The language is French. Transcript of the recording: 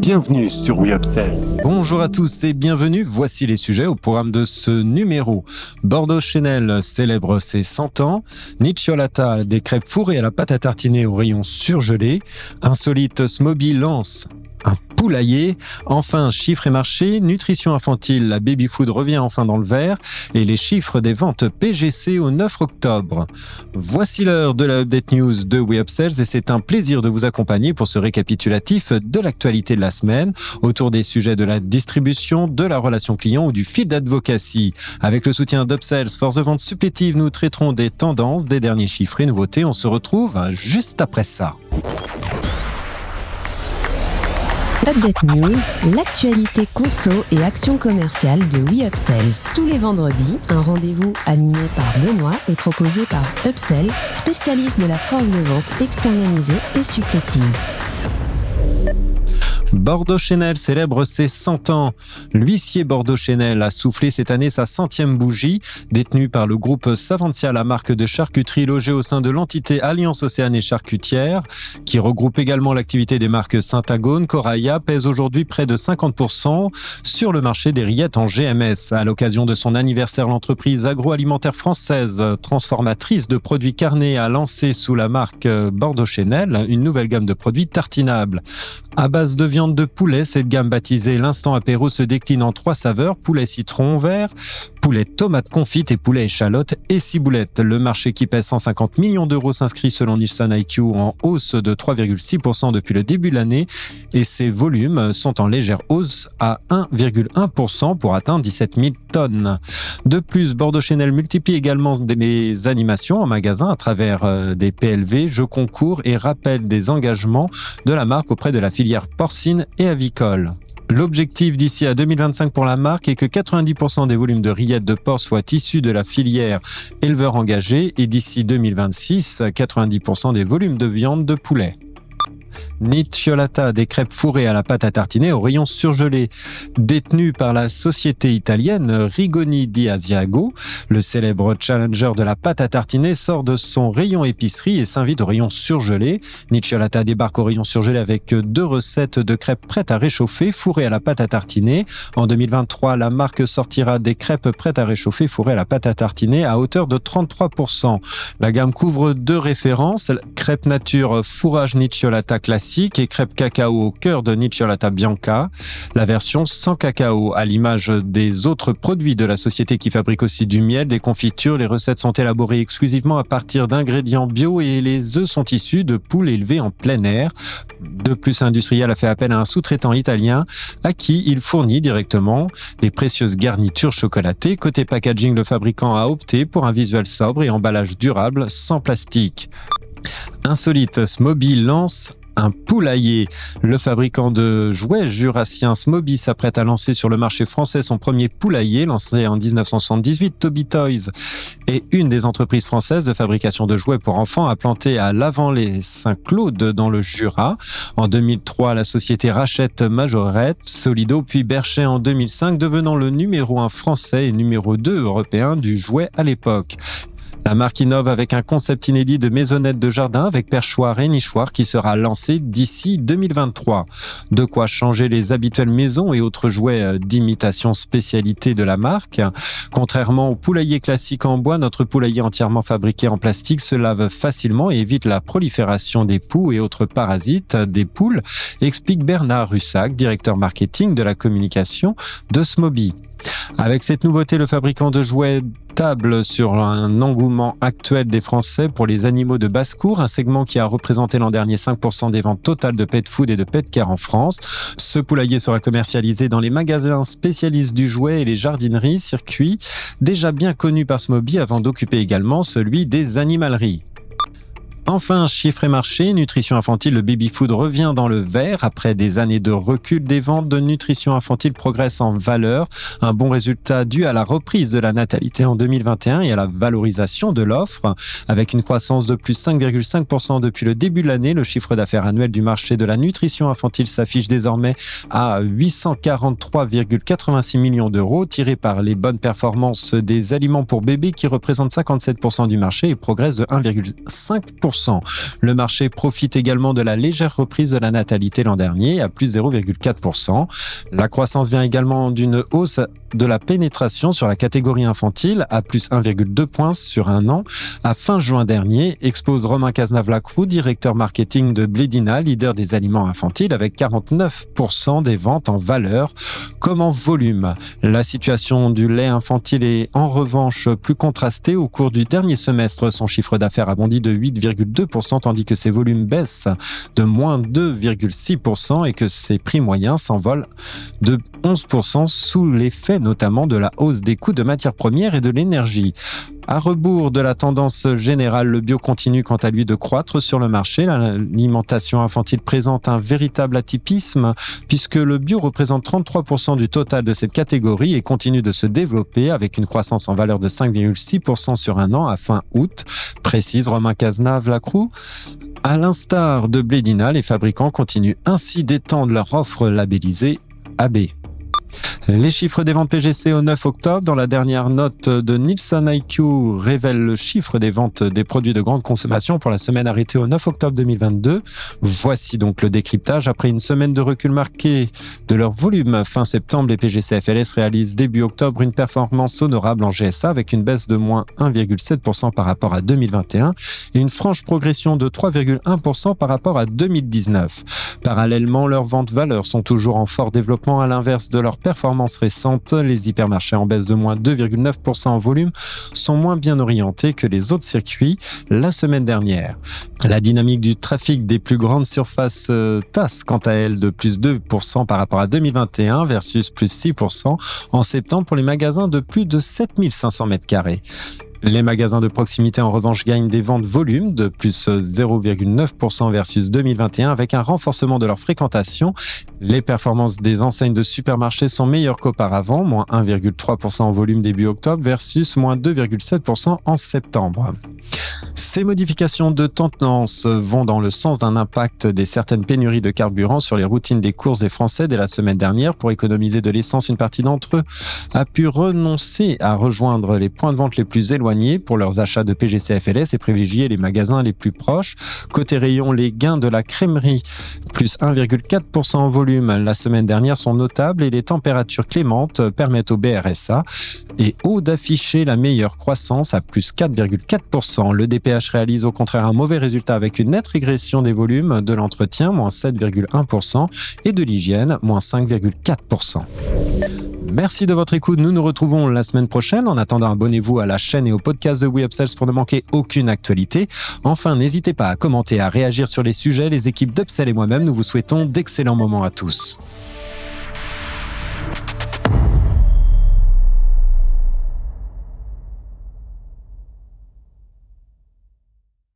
Bienvenue sur We Upsell. Bonjour à tous et bienvenue, voici les sujets au programme de ce numéro. Bordeaux Chenel célèbre ses 100 ans, Nicciolata, des crêpes fourrées à la pâte à tartiner au rayon surgelé, Insolite Smoby lance un poulailler, enfin chiffres et marchés, nutrition infantile, la baby food revient enfin dans le vert et les chiffres des ventes PGC au 9 octobre. Voici l'heure de la Update News de We Upsells et c'est un plaisir de vous accompagner pour ce récapitulatif de l'actualité de la semaine autour des sujets de la distribution, de la relation client ou du fil d'advocacy. Avec le soutien d'Upsells, force de vente supplétive, nous traiterons des tendances, des derniers chiffres et nouveautés. On se retrouve juste après ça. Update News, l'actualité conso et action commerciale de We Upsells. Tous les vendredis, un rendez-vous animé par Benoît et proposé par Upsell, spécialiste de la force de vente externalisée et supplétive. Bordeaux Chenel célèbre ses 100 ans. L'huissier Bordeaux Chenel a soufflé cette année sa 100e bougie. Détenue par le groupe Savantia, la marque de charcuterie logée au sein de l'entité Alliance Océanie Charcutière, qui regroupe également l'activité des marques Syntagone, Coraya, pèse aujourd'hui près de 50% sur le marché des rillettes en GMS. À l'occasion de son anniversaire, l'entreprise agroalimentaire française, transformatrice de produits carnés, a lancé sous la marque Bordeaux Chenel une nouvelle gamme de produits tartinables. À base de viande de poulet, cette gamme baptisée l'Instant Apéro se décline en 3 saveurs, poulet citron vert, poulet tomate confite et poulet échalote et ciboulette. Le marché qui pèse 150 millions d'euros s'inscrit selon Nielsen IQ en hausse de 3,6% depuis le début de l'année et ses volumes sont en légère hausse à 1,1% pour atteindre 17 000 tonnes. De plus, Bordeaux Chenel multiplie également des animations en magasin à travers des PLV, jeux concours et rappels des engagements de la marque auprès de la filière porcine et avicole. L'objectif d'ici à 2025 pour la marque est que 90% des volumes de rillettes de porc soient issus de la filière éleveur engagé et d'ici 2026, 90% des volumes de viande de poulet. Nicciolata, des crêpes fourrées à la pâte à tartiner au rayon surgelé. Détenu par la société italienne Rigoni di Asiago, le célèbre challenger de la pâte à tartiner sort de son rayon épicerie et s'invite au rayon surgelé. Nicciolata débarque au rayon surgelé avec 2 recettes de crêpes prêtes à réchauffer fourrées à la pâte à tartiner. En 2023, la marque sortira des crêpes prêtes à réchauffer fourrées à la pâte à tartiner à hauteur de 33%. La gamme couvre 2 références, crêpes nature fourrage Nicciolata classique et crêpes cacao au cœur de Nicciolata Bianca. La version sans cacao, à l'image des autres produits de la société qui fabrique aussi du miel, des confitures, les recettes sont élaborées exclusivement à partir d'ingrédients bio et les œufs sont issus de poules élevées en plein air. De plus, Industrial a fait appel à un sous-traitant italien à qui il fournit directement les précieuses garnitures chocolatées. Côté packaging, le fabricant a opté pour un visuel sobre et emballage durable sans plastique. Insolite Smoby lance un poulailler. Le fabricant de jouets jurassien Smoby s'apprête à lancer sur le marché français son premier poulailler, lancé en 1978. Toby Toys est une des entreprises françaises de fabrication de jouets pour enfants implantée à Lavant-les-Saint-Claude dans le Jura. En 2003, la société rachète Majorette, Solido puis Berchet en 2005, devenant le numéro 1 français et numéro 2 européen du jouet à l'époque. La marque innove avec un concept inédit de maisonnette de jardin avec perchoir et nichoir qui sera lancé d'ici 2023. De quoi changer les habituelles maisons et autres jouets d'imitation spécialité de la marque. Contrairement au poulailler classique en bois, notre poulailler entièrement fabriqué en plastique se lave facilement et évite la prolifération des poux et autres parasites des poules, explique Bernard Russac, directeur marketing de la communication de Smoby. Avec cette nouveauté, le fabricant de jouets table sur un engouement actuel des Français pour les animaux de basse-cour, un segment qui a représenté l'an dernier 5% des ventes totales de pet food et de pet care en France. Ce poulailler sera commercialisé dans les magasins spécialistes du jouet et les jardineries, circuits déjà bien connus par Smoby avant d'occuper également celui des animaleries. Enfin, chiffres et marchés, nutrition infantile, le baby food revient dans le vert. Après des années de recul, des ventes de nutrition infantile progressent en valeur. Un bon résultat dû à la reprise de la natalité en 2021 et à la valorisation de l'offre. Avec une croissance de plus 5,5% depuis le début de l'année, le chiffre d'affaires annuel du marché de la nutrition infantile s'affiche désormais à 843,86 millions d'euros, tiré par les bonnes performances des aliments pour bébés qui représentent 57% du marché et progressent de 1,5%. 0,7%. Le marché profite également de la légère reprise de la natalité l'an dernier à plus 0,4%. La croissance vient également d'une hausse de la pénétration sur la catégorie infantile à plus 1,2 points sur un an à fin juin dernier, expose Romain Cazenave-Lacroux, directeur marketing de Blédina, leader des aliments infantiles avec 49% des ventes en valeur comme en volume. La situation du lait infantile est en revanche plus contrastée. Au cours du dernier semestre, son chiffre d'affaires a bondi de 8,2% tandis que ses volumes baissent de moins 2,6% et que ses prix moyens s'envolent de 11% sous l'effet notamment de la hausse des coûts de matières premières et de l'énergie. À rebours de la tendance générale, le bio continue quant à lui de croître sur le marché. L'alimentation infantile présente un véritable atypisme puisque le bio représente 33% du total de cette catégorie et continue de se développer avec une croissance en valeur de 5,6% sur un an à fin août, précise Romain Cazenave-Lacroux. À l'instar de Blédina, les fabricants continuent ainsi d'étendre leur offre labellisée AB. Les chiffres des ventes PGC au 9 octobre, dans la dernière note de Nielsen IQ, révèlent le chiffre des ventes des produits de grande consommation pour la semaine arrêtée au 9 octobre 2022. Voici donc le décryptage. Après une semaine de recul marqué de leur volume fin septembre, les PGC FLS réalisent début octobre une performance honorable en GSA avec une baisse de moins 1,7% par rapport à 2021 et une franche progression de 3,1% par rapport à 2019. Parallèlement, leurs ventes valeurs sont toujours en fort développement à l'inverse de leur performance récente. Les hypermarchés en baisse de moins 2,9% en volume sont moins bien orientés que les autres circuits la semaine dernière. La dynamique du trafic des plus grandes surfaces tasse quant à elle de plus 2% par rapport à 2021 versus plus 6% en septembre pour les magasins de plus de 7500 m². Les magasins de proximité, en revanche, gagnent des ventes volume de plus 0,9% versus 2021 avec un renforcement de leur fréquentation. Les performances des enseignes de supermarchés sont meilleures qu'auparavant, moins 1,3% en volume début octobre versus moins 2,7% en septembre. Ces modifications de tendance vont dans le sens d'un impact des certaines pénuries de carburant sur les routines des courses des Français dès la semaine dernière. Pour économiser de l'essence, une partie d'entre eux a pu renoncer à rejoindre les points de vente les plus éloignés pour leurs achats de PGC FLS et privilégier les magasins les plus proches. Côté rayon, les gains de la crèmerie, plus 1,4% en volume la semaine dernière, sont notables et les températures clémentes permettent au BRSA et Eau d'afficher la meilleure croissance à plus 4,4%. Le DPH réalise au contraire un mauvais résultat avec une nette régression des volumes de l'entretien, moins 7,1%, et de l'hygiène, moins 5,4%. Merci de votre écoute. Nous nous retrouvons la semaine prochaine. En attendant, abonnez-vous à la chaîne et au podcast de WeUpsells pour ne manquer aucune actualité. Enfin, n'hésitez pas à commenter, à réagir sur les sujets. Les équipes d'Upsell et moi-même, nous vous souhaitons d'excellents moments à tous.